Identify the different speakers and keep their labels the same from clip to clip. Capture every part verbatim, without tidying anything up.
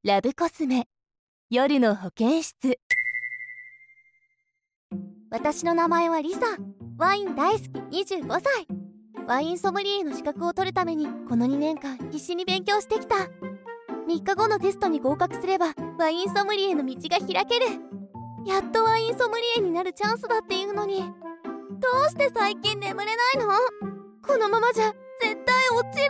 Speaker 1: ラブコスメ夜の保健室。
Speaker 2: 私の名前はリサ。ワイン大好きにじゅうごさい。ワインソムリエの資格を取るためにこのにねんかん必死に勉強してきた。みっかごのテストに合格すればワインソムリエの道が開ける。やっとワインソムリエになるチャンスだっていうのに、どうして最近眠れないの？このままじゃ絶対落ちる。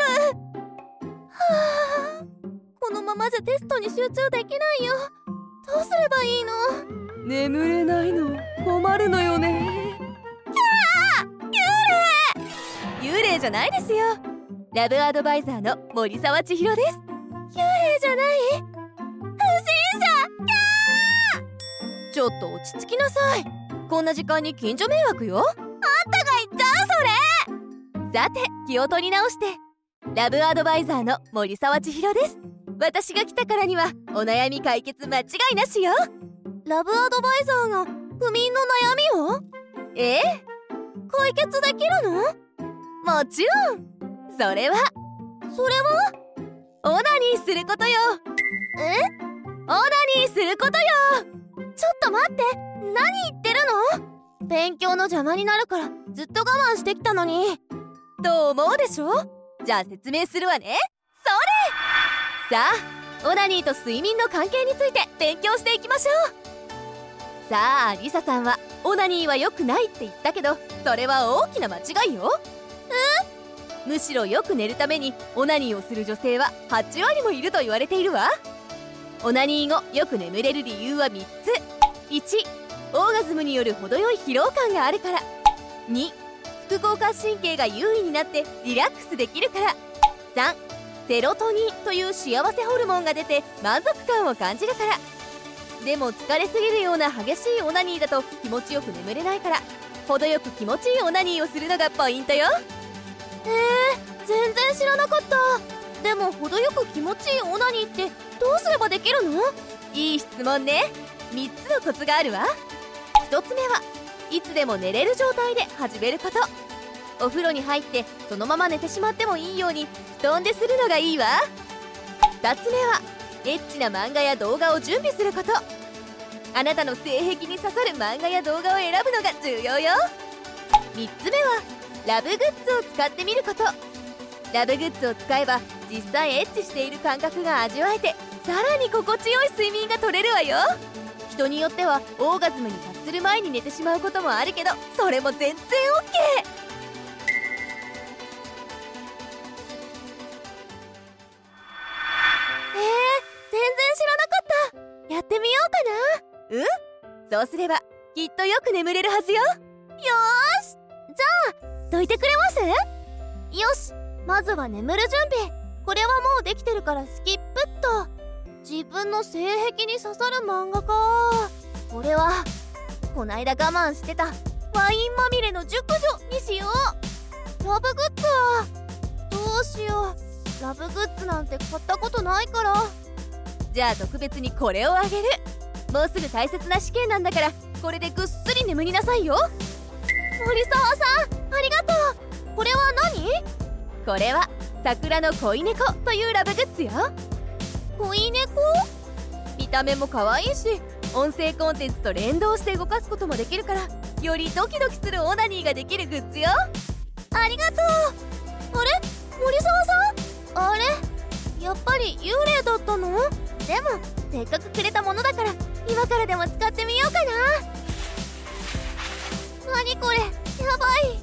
Speaker 2: はぁ、このままじゃテストに集中できないよ。どうすればいいの？
Speaker 1: 眠れないの困るのよね。
Speaker 2: キャー！幽霊！
Speaker 1: 幽霊じゃないですよ。ラブアドバイザーの森沢千尋です。
Speaker 2: 幽霊じゃない？不審者！キャ
Speaker 1: ー！ちょっと落ち着きなさい。こんな時間に近所迷惑よ。
Speaker 2: あんたが言った
Speaker 1: それ。さて気を取り直して。ラブアドバイザーの森沢千尋です。私が来たからにはお悩み解決間違いなしよ。
Speaker 2: ラブアドバイザーが不眠の悩みを？
Speaker 1: ええ、
Speaker 2: 解決できるの？
Speaker 1: もちろん。それは
Speaker 2: それは
Speaker 1: オナニーすることよ。
Speaker 2: え？
Speaker 1: オナニーすることよ。
Speaker 2: ちょっと待って、何言ってるの？勉強の邪魔になるからずっと我慢してきたのに。
Speaker 1: と思うでしょ。じゃあ説明するわね。それ。さあオナニーと睡眠の関係について勉強していきましょう。さあリサさんはオナニーは良くないって言ったけど、それは大きな間違いよ。
Speaker 2: え？
Speaker 1: むしろよく寝るためにオナニーをする女性ははちわりもいると言われているわ。オナニー後よく眠れる理由はみっつ。いち、オーガズムによる程よい疲労感があるから。に、副交感神経が優位になってリラックスできるから。さん、セロトニンという幸せホルモンが出て満足感を感じるから。でも疲れすぎるような激しいオナニーだと気持ちよく眠れないから、程よく気持ちいいオナニーをするのがポイントよ。
Speaker 2: へえ、全然知らなかった。でも程よく気持ちいいオナニーってどうすればできるの？
Speaker 1: いい質問ね。みっつのコツがあるわ。ひとつめはいつでも寝れる状態で始めること。お風呂に入ってそのまま寝てしまってもいいように布団でするのがいいわ。ふたつめはエッチな漫画や動画を準備すること。あなたの性癖に刺さる漫画や動画を選ぶのが重要よ。みっつめはラブグッズを使ってみること。ラブグッズを使えば実際エッチしている感覚が味わえて、さらに心地よい睡眠が取れるわよ。人によってはオーガズムに達する前に寝てしまうこともあるけど、それも全然 オーケー。
Speaker 2: えー、全然知らなかった。やってみようかな。
Speaker 1: うん、そうすればきっとよく眠れるはずよ。よ
Speaker 2: ーし、じゃあどいてくれます？よし、まずは眠る準備。これはもうできてるからスキップっと。自分の性癖に刺さる漫画か。これはこないだ我慢してたワインまみれの熟女にしよう。ラブグッズはどうしよう。ラブグッズなんて買ったことないから。
Speaker 1: じゃあ特別にこれをあげる。もうすぐ大切な試験なんだから、これでぐっすり眠りなさいよ。
Speaker 2: 森沢さん、ありがとう。これは何？
Speaker 1: これは桜の恋猫というラブグッズよ。
Speaker 2: 恋猫？
Speaker 1: 見た目も可愛いし、音声コンテンツと連動して動かすこともできるから、よりドキドキするオナニーができるグッズよ。
Speaker 2: ありがとう。あれ？森沢さん？あれ？やっぱり幽霊だったの？でもせっかくくれたものだから今からでも使ってみようかな。なにこれ？やばい。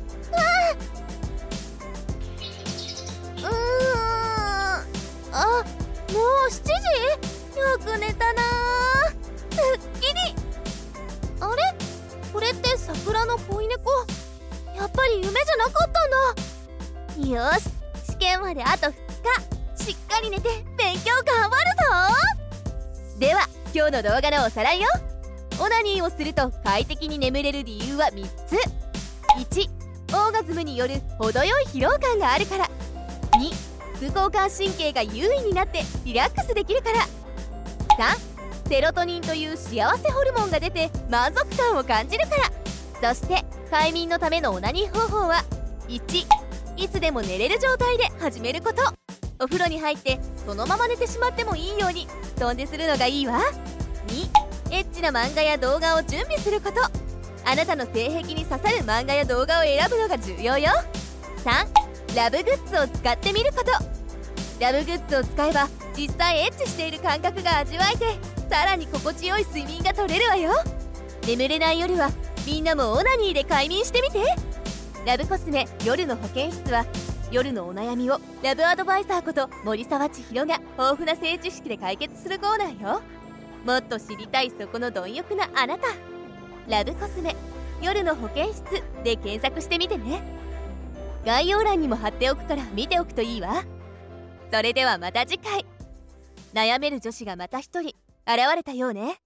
Speaker 2: うわあ、うーん。あ、もうしちじ？よく寝たなー。すっきり。あれ？これって桜の恋猫？やっぱり夢じゃなかったんだ。よし、試験まであとふつか。しっかり寝て勉強頑張るぞ。
Speaker 1: では今日の動画のおさらいよ。オナニーをすると快適に眠れる理由はみっつ。いち、オーガズムによる程よい疲労感があるから。に、副交感神経が優位になってリラックスできるから。さん、セロトニンという幸せホルモンが出て満足感を感じるから。そして快眠のためのオナニー方法は、いち、いつでも寝れる状態で始めること。お風呂に入ってそのまま寝てしまってもいいように布団でするのがいいわ。にエッチな漫画や動画を準備すること。あなたの性癖に刺さる漫画や動画を選ぶのが重要よ。さんラブグッズを使ってみること。ラブグッズを使えば実際エッチしている感覚が味わえて、さらに心地よい睡眠が取れるわよ。眠れない夜はみんなもオナニーで快眠してみて。ラブコスメ夜の保健室は夜のお悩みをラブアドバイザーこと森沢千尋が豊富な性知識で解決するコーナーよ。もっと知りたいそこの貪欲なあなた、ラブコスメ夜の保健室で検索してみてね。概要欄にも貼っておくから見ておくといいわ。それではまた次回。悩める女子がまた一人現れたようね。